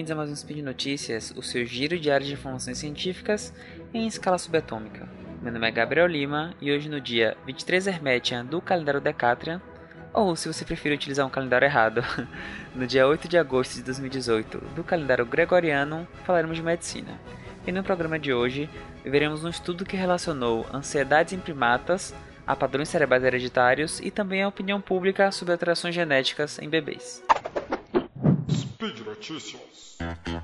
bem-vindos a mais um Speed Notícias, o seu giro diário de informações científicas em escala subatômica. Meu nome é Gabriel Lima e hoje no dia 23 Hermetian do calendário Decatrian, ou se você preferir utilizar um calendário errado, no dia 8 de agosto de 2018 do calendário Gregoriano, falaremos de medicina. E no programa de hoje, veremos um estudo que relacionou ansiedades em primatas a padrões cerebrais hereditários e também a opinião pública sobre alterações genéticas em bebês. Speed Notícias.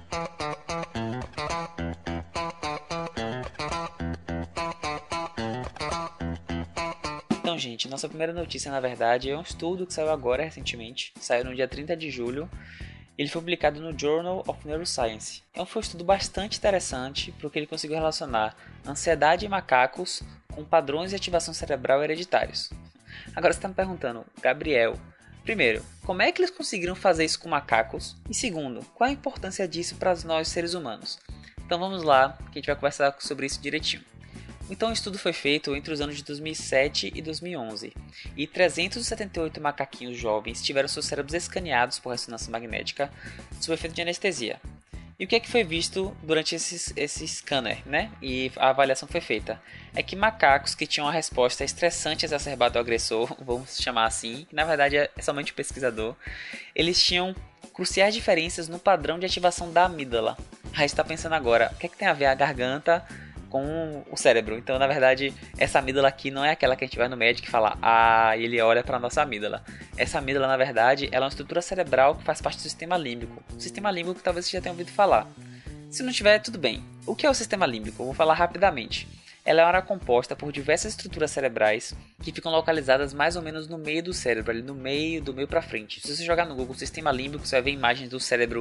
Então, gente, nossa primeira notícia, na verdade, é um estudo que saiu agora recentemente, saiu no dia 30 de julho. Ele foi publicado no Journal of Neuroscience. Foi um estudo bastante interessante porque ele conseguiu relacionar ansiedade em macacos com padrões de ativação cerebral hereditários. Agora você está me perguntando, Gabriel, primeiro, como é que eles conseguiram fazer isso com macacos? E segundo, qual a importância disso para nós seres humanos? Então vamos lá, que a gente vai conversar sobre isso direitinho. Então o estudo foi feito entre os anos de 2007 e 2011, e 378 macaquinhos jovens tiveram seus cérebros escaneados por ressonância magnética sob efeito de anestesia. E o que é que foi visto durante esse scanner, né? E a avaliação foi feita. É que macacos que tinham a resposta estressante exacerbada ao agressor, vamos chamar assim, que na verdade é somente o pesquisador, eles tinham cruciais diferenças no padrão de ativação da amígdala. Aí você está pensando agora, o que é que tem a ver a garganta com o cérebro? Então, na verdade, essa amígdala aqui não é aquela que a gente vai no médico e fala, e ele olha para a nossa amígdala. Essa amígdala, na verdade, ela é uma estrutura cerebral que faz parte do sistema límbico. O sistema límbico que talvez você já tenha ouvido falar. Se não tiver, tudo bem. O que é o sistema límbico? Eu vou falar rapidamente. Ela é uma área composta por diversas estruturas cerebrais que ficam localizadas mais ou menos no meio do cérebro, ali no meio, do meio para frente. Se você jogar no Google sistema límbico, você vai ver imagens do cérebro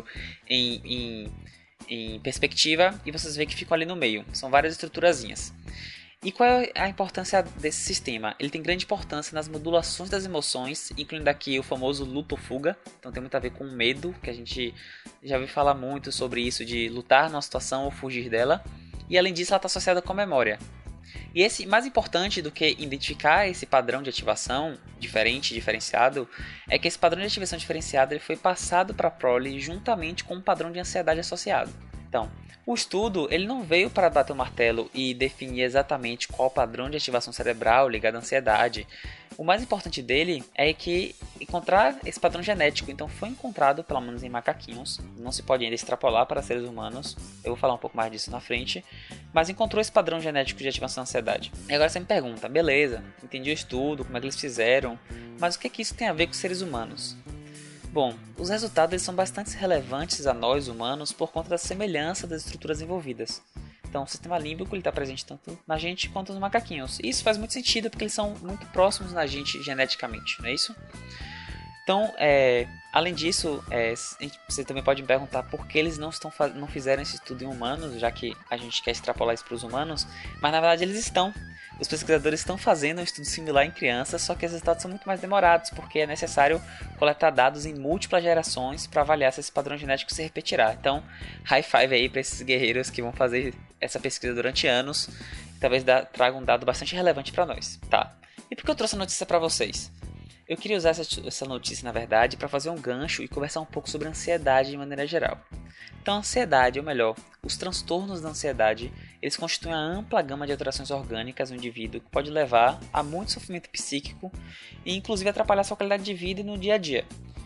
em perspectiva e vocês veem que ficam ali no meio. São várias estruturazinhas. E qual é a importância desse sistema? Ele tem grande importância nas modulações das emoções, incluindo aqui o famoso luto ou fuga. Então tem muito a ver com o medo, que a gente já ouviu falar muito sobre isso, de lutar numa situação ou fugir dela. E além disso, ela está associada com a memória. E mais importante do que identificar esse padrão de ativação diferenciado, é que esse padrão de ativação diferenciado ele foi passado para a prole juntamente com um padrão de ansiedade associado. Então, o estudo ele não veio para bater o martelo e definir exatamente qual padrão de ativação cerebral ligado à ansiedade. O mais importante dele é que encontrar esse padrão genético. Então foi encontrado, pelo menos em macaquinhos, não se pode ainda extrapolar para seres humanos, eu vou falar um pouco mais disso na frente, mas encontrou esse padrão genético de ativação da ansiedade. E agora você me pergunta, beleza, entendi o estudo, como é que eles fizeram, mas o que é que isso tem a ver com seres humanos? Bom, os resultados eles são bastante relevantes a nós humanos por conta da semelhança das estruturas envolvidas. Então, o sistema límbico está presente tanto na gente quanto nos macaquinhos. E isso faz muito sentido porque eles são muito próximos da gente geneticamente, não é isso? Então, além disso, você também pode me perguntar por que eles não fizeram esse estudo em humanos, já que a gente quer extrapolar isso para os humanos, mas na verdade eles estão. Os pesquisadores estão fazendo um estudo similar em crianças, só que os resultados são muito mais demorados, porque é necessário coletar dados em múltiplas gerações para avaliar se esse padrão genético se repetirá. Então, high five aí para esses guerreiros que vão fazer essa pesquisa durante anos, e talvez traga um dado bastante relevante para nós. Tá. E por que eu trouxe a notícia para vocês? Eu queria usar essa notícia, na verdade, para fazer um gancho e conversar um pouco sobre ansiedade de maneira geral. Então, a ansiedade, ou melhor, os transtornos da ansiedade, eles constituem a ampla gama de alterações orgânicas no indivíduo que pode levar a muito sofrimento psíquico e, inclusive, atrapalhar sua qualidade de vida no dia a dia.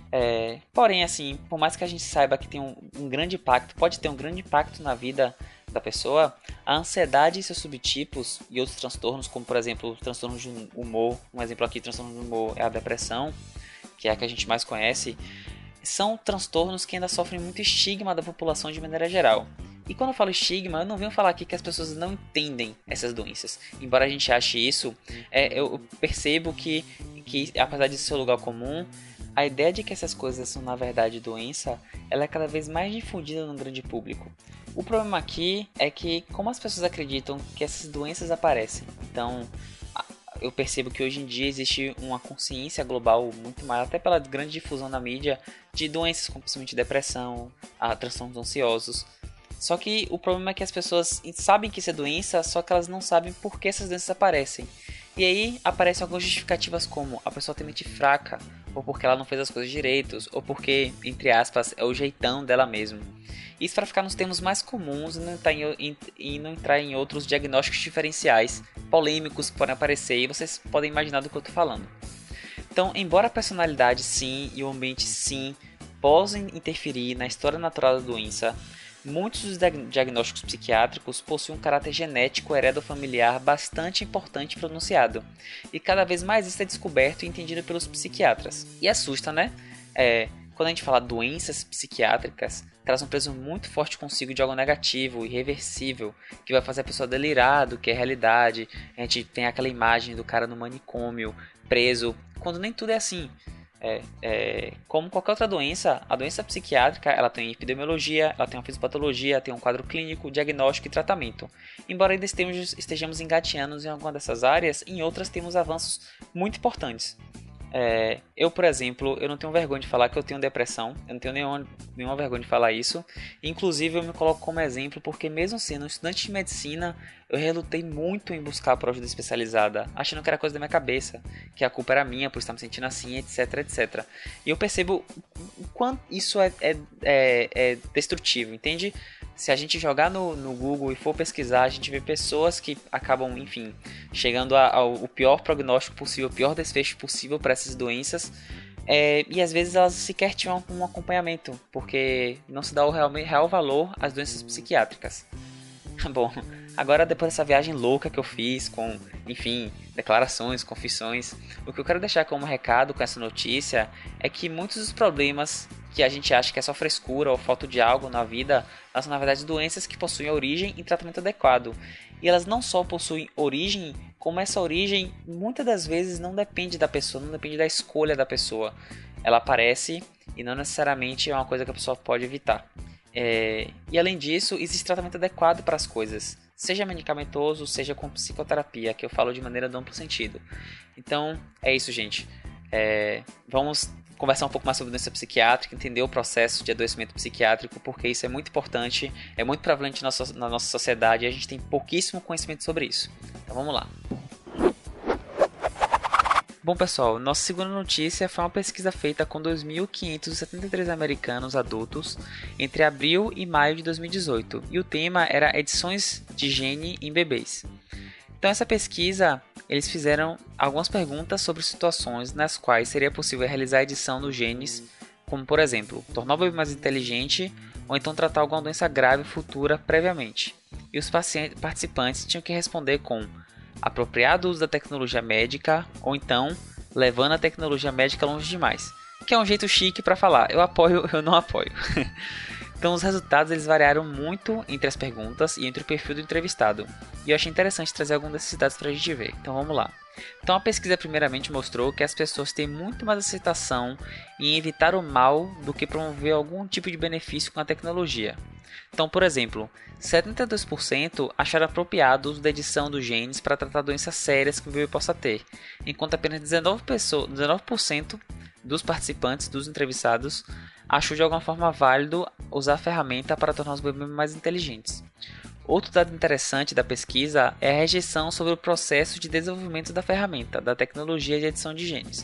Porém, assim, por mais que a gente saiba que tem um grande impacto, pode ter um grande impacto na vida da pessoa, a ansiedade e seus subtipos e outros transtornos, como por exemplo transtornos de humor, um exemplo aqui, transtorno do humor é a depressão, que é a que a gente mais conhece, são transtornos que ainda sofrem muito estigma da população de maneira geral. E quando eu falo estigma, eu não venho falar aqui que as pessoas não entendem essas doenças. Embora a gente ache isso, eu percebo que apesar de ser um lugar comum, a ideia de que essas coisas são na verdade doença, ela é cada vez mais difundida no grande público. O problema aqui é que como as pessoas acreditam que essas doenças aparecem, então eu percebo que hoje em dia existe uma consciência global muito maior, até pela grande difusão na mídia, de doenças como principalmente depressão, transtornos ansiosos. Só que o problema é que as pessoas sabem que isso é doença, só que elas não sabem por que essas doenças aparecem. E aí aparecem algumas justificativas como a pessoa tem mente fraca, ou porque ela não fez as coisas direitos, ou porque, entre aspas, é o jeitão dela mesmo. Isso para ficar nos termos mais comuns e não entrar em outros diagnósticos diferenciais, polêmicos que podem aparecer e vocês podem imaginar do que eu estou falando. Então, embora a personalidade sim e o ambiente sim possam interferir na história natural da doença, muitos dos diagnósticos psiquiátricos possuem um caráter genético heredofamiliar bastante importante e pronunciado, e cada vez mais isso é descoberto e entendido pelos psiquiatras. E assusta, né? Quando a gente fala doenças psiquiátricas, traz um peso muito forte consigo de algo negativo, irreversível, que vai fazer a pessoa delirar do que é realidade. A gente tem aquela imagem do cara no manicômio, preso, quando nem tudo é assim. Como qualquer outra doença, a doença psiquiátrica ela tem epidemiologia, ela tem uma fisiopatologia, tem um quadro clínico, diagnóstico e tratamento. Embora ainda estejamos engateando em alguma dessas áreas, em outras temos avanços muito importantes. Eu, por exemplo, eu não tenho vergonha de falar que eu tenho depressão, eu não tenho nenhuma vergonha de falar isso. Inclusive eu me coloco como exemplo porque mesmo sendo um estudante de medicina, eu relutei muito em buscar a ajuda especializada, achando que era coisa da minha cabeça, que a culpa era minha por estar me sentindo assim, etc, etc. E eu percebo o quanto isso é destrutivo, entende? Se a gente jogar no Google e for pesquisar, a gente vê pessoas que acabam, enfim, chegando ao pior prognóstico possível, o pior desfecho possível para essas doenças. E às vezes elas sequer tinham um acompanhamento, porque não se dá o real valor às doenças psiquiátricas. Bom, agora depois dessa viagem louca que eu fiz com, enfim, declarações, confissões, o que eu quero deixar como recado com essa notícia é que muitos dos problemas que a gente acha que é só frescura ou falta de algo na vida, elas são na verdade doenças que possuem origem e tratamento adequado. E elas não só possuem origem, como essa origem muitas das vezes não depende da pessoa, não depende da escolha da pessoa. Ela aparece e não necessariamente é uma coisa que a pessoa pode evitar. E além disso, existe tratamento adequado para as coisas, seja medicamentoso, seja com psicoterapia, que eu falo de maneira de amplo sentido. Então, é isso, gente. Vamos conversar um pouco mais sobre doença psiquiátrica, entender o processo de adoecimento psiquiátrico, porque isso é muito importante, é muito prevalente na nossa sociedade e a gente tem pouquíssimo conhecimento sobre isso. Então vamos lá. Bom pessoal, nossa segunda notícia foi uma pesquisa feita com 2.573 americanos adultos entre abril e maio de 2018 e o tema era edições de gene em bebês. Então essa pesquisa, eles fizeram algumas perguntas sobre situações nas quais seria possível realizar a edição dos genes, como por exemplo, tornar o bebê mais inteligente ou então tratar alguma doença grave futura previamente. E os participantes tinham que responder com apropriado uso da tecnologia médica ou então levando a tecnologia médica longe demais, que é um jeito chique para falar eu apoio, eu não apoio. Então os resultados eles variaram muito entre as perguntas e entre o perfil do entrevistado, e eu achei interessante trazer alguns desses dados para a gente ver, então vamos lá. Então a pesquisa primeiramente mostrou que as pessoas têm muito mais aceitação em evitar o mal do que promover algum tipo de benefício com a tecnologia. Então, por exemplo, 72% acharam apropriado o uso da edição dos genes para tratar doenças sérias que o bebê possa ter, enquanto apenas 19% dos participantes, dos entrevistados, achou de alguma forma válido usar a ferramenta para tornar os bebês mais inteligentes. Outro dado interessante da pesquisa é a rejeição sobre o processo de desenvolvimento da ferramenta, da tecnologia de edição de genes.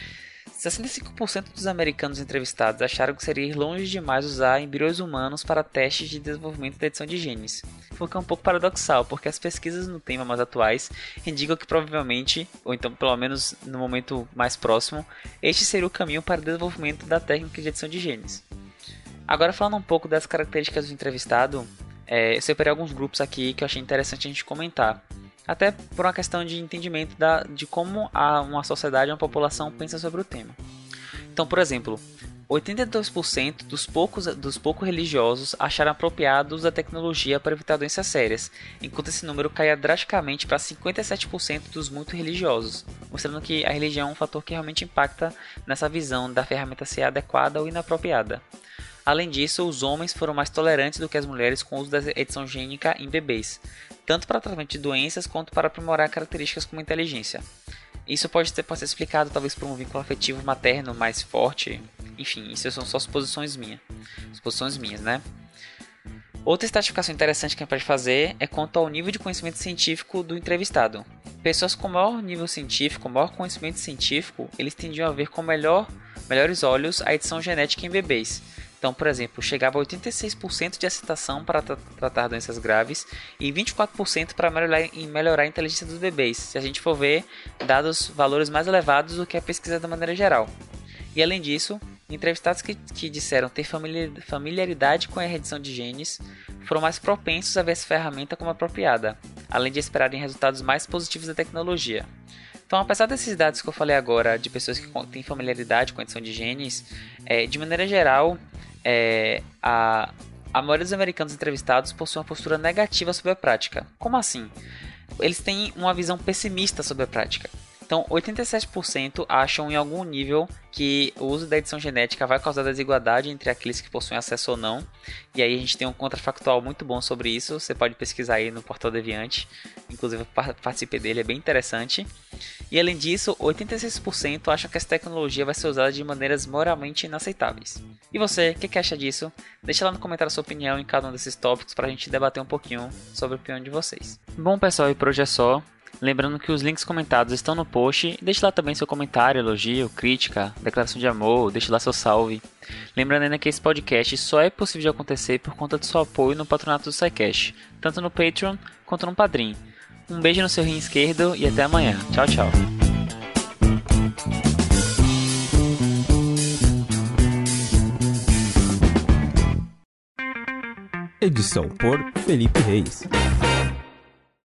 65% dos americanos entrevistados acharam que seria ir longe demais usar embriões humanos para testes de desenvolvimento da edição de genes. O que é um pouco paradoxal, porque as pesquisas no tema mais atuais indicam que provavelmente, ou então pelo menos no momento mais próximo, este seria o caminho para o desenvolvimento da técnica de edição de genes. Agora falando um pouco das características do entrevistado, eu separei alguns grupos aqui que eu achei interessante a gente comentar. Até por uma questão de entendimento de como uma sociedade, uma população pensa sobre o tema. Então, por exemplo, 82% dos pouco religiosos acharam apropriado o uso da tecnologia para evitar doenças sérias, enquanto esse número caía drasticamente para 57% dos muito religiosos, mostrando que a religião é um fator que realmente impacta nessa visão da ferramenta ser adequada ou inapropriada. Além disso, os homens foram mais tolerantes do que as mulheres com o uso da edição gênica em bebês, tanto para tratamento de doenças quanto para aprimorar características como inteligência. Isso pode ser explicado talvez por um vínculo afetivo materno mais forte. Enfim, isso são só suposições minhas, né? Outra estratificação interessante que a gente pode fazer é quanto ao nível de conhecimento científico do entrevistado. Pessoas com maior nível científico, maior conhecimento científico, eles tendiam a ver com melhores olhos a edição genética em bebês, Então, por exemplo, chegava a 86% de aceitação para tratar doenças graves e 24% para melhorar a inteligência dos bebês, se a gente for ver valores mais elevados do que a pesquisa de maneira geral. E além disso, entrevistados que disseram ter familiaridade com a edição de genes foram mais propensos a ver essa ferramenta como apropriada, além de esperarem resultados mais positivos da tecnologia. Então, apesar desses dados que eu falei agora, de pessoas que têm familiaridade com a edição de genes, de maneira geral, a maioria dos americanos entrevistados possui uma postura negativa sobre a prática. Como assim? Eles têm uma visão pessimista sobre a prática. Então, 87% acham em algum nível que o uso da edição genética vai causar desigualdade entre aqueles que possuem acesso ou não. E aí a gente tem um contrafactual muito bom sobre isso. Você pode pesquisar aí no Portal Deviante. Inclusive, eu participei dele, é bem interessante. E além disso, 86% acham que essa tecnologia vai ser usada de maneiras moralmente inaceitáveis. E você, o que acha disso? Deixa lá no comentário a sua opinião em cada um desses tópicos para a gente debater um pouquinho sobre a opinião de vocês. Bom, pessoal, e por hoje é só. Lembrando que os links comentados estão no post. Deixe lá também seu comentário, elogio, crítica, declaração de amor, deixe lá seu salve. Lembrando ainda que esse podcast só é possível de acontecer por conta do seu apoio no patronato do SciCast, tanto no Patreon quanto no Padrim. Um beijo no seu rim esquerdo e até amanhã. Tchau, tchau. Edição por Felipe Reis.